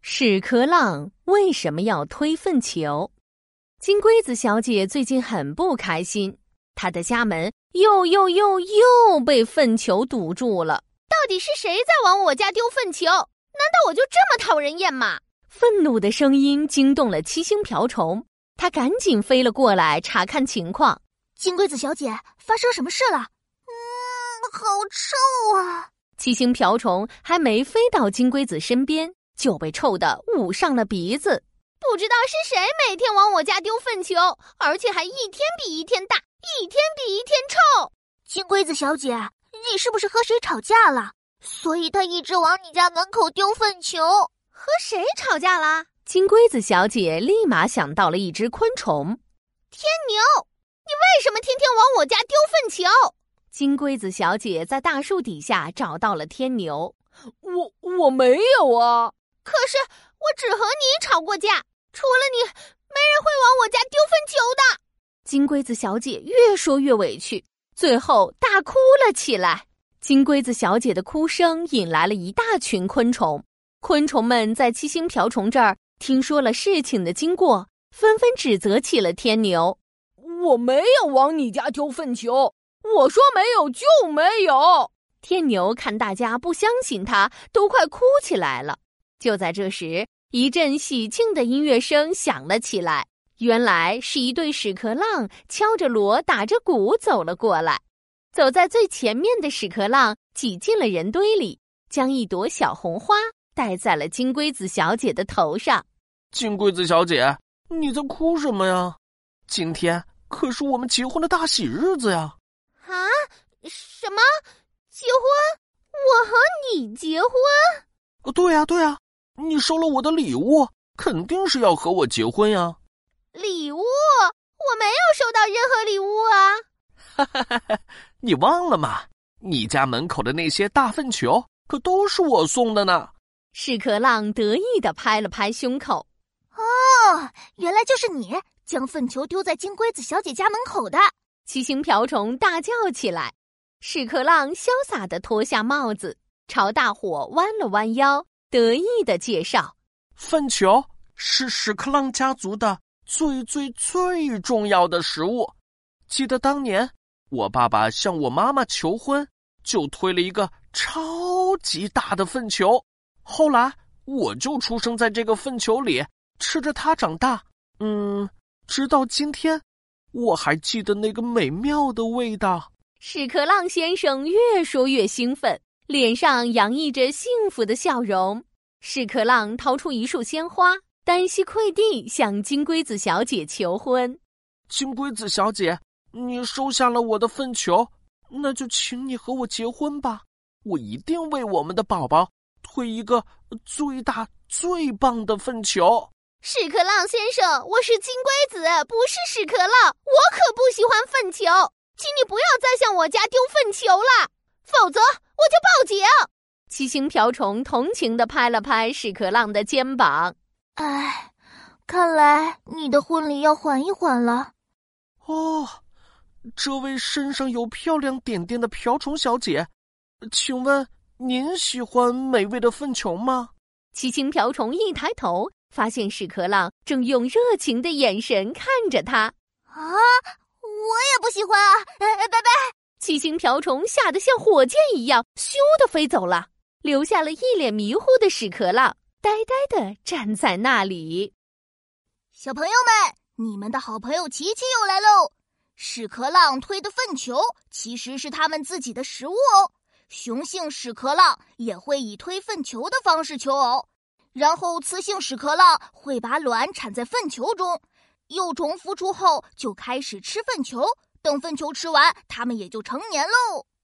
屎壳郎为什么要推粪球？金龟子小姐最近很不开心，她的家门又被粪球堵住了。 到底是谁在往我家丢粪球？难道我就这么讨人厌吗？ 愤怒的声音惊动了七星瓢虫，他赶紧飞了过来查看情况。 金龟子小姐，发生什么事了？好臭啊！ 七星瓢虫还没飞到金龟子身边，就被臭得捂上了鼻子。 不知道是谁每天往我家丢粪球，而且还一天比一天大，一天比一天臭。 金龟子小姐，你是不是和谁吵架了？所以他一直往你家门口丢粪球。 和谁吵架啦？ 金龟子小姐立马想到了一只昆虫。 天牛，你为什么天天往我家丢粪球？ 金龟子小姐在大树底下找到了天牛。 我没有啊。 可是我只和你吵过架，除了你，没人会往我家丢粪球的。 金龟子小姐越说越委屈，最后大哭了起来。金龟子小姐的哭声引来了一大群昆虫，昆虫们在七星瓢虫这儿听说了事情的经过，纷纷指责起了天牛。 我没有往你家丢粪球，我说没有就没有。 天牛看大家不相信他，都快哭起来了。就在这时，一阵喜庆的音乐声响了起来，原来是一对屎壳郎敲着锣打着鼓走了过来。走在最前面的屎壳郎挤进了人堆里，将一朵小红花戴在了金龟子小姐的头上。 金龟子小姐，你在哭什么呀？今天可是我们结婚的大喜日子呀！ 啊？什么？结婚？我和你结婚？ 对呀，你收了我的礼物，肯定是要和我结婚呀。 礼物？我没有收到任何礼物啊。 你忘了吗？你家门口的那些大粪球可都是我送的呢。 屎壳郎得意地拍了拍胸口。 哦，原来就是你将粪球丢在金龟子小姐家门口的。 七星瓢虫大叫起来。屎壳郎潇洒地脱下帽子，朝大伙弯了弯腰，得意地介绍： 粪球是屎壳郎家族的最重要的食物。记得当年我爸爸向我妈妈求婚，就推了一个超级大的粪球，后来我就出生在这个粪球里，吃着它长大。直到今天，我还记得那个美妙的味道。 屎壳郎先生越说越兴奋，脸上洋溢着幸福的笑容。屎壳郎掏出一束鲜花，单膝跪地向金龟子小姐求婚。 金龟子小姐，你收下了我的粪球，那就请你和我结婚吧。我一定为我们的宝宝推一个最大最棒的粪球。 屎壳郎先生，我是金龟子，不是屎壳郎，我可不喜欢粪球，请你不要再向我家丢粪球了，否则我就报警。 七星瓢虫同情地拍了拍屎壳郎的肩膀。 唉，看来你的婚礼要缓一缓了。 哦，这位身上有漂亮点点的瓢虫小姐，请问您喜欢美味的粪球吗？ 七星瓢虫一抬头，发现屎壳郎正用热情的眼神看着他。 啊，我也不喜欢啊！拜拜！ 七星瓢虫吓得像火箭一样，咻地飞走了，留下了一脸迷糊的屎壳郎，呆呆地站在那里。 小朋友们，你们的好朋友琪琪又来喽！屎壳郎推的粪球其实是他们自己的食物哦。雄性屎壳郎也会以推粪球的方式求偶，然后雌性屎壳郎会把卵产在粪球中，幼虫孵出后就开始吃粪球，等粪球吃完，它们也就成年喽。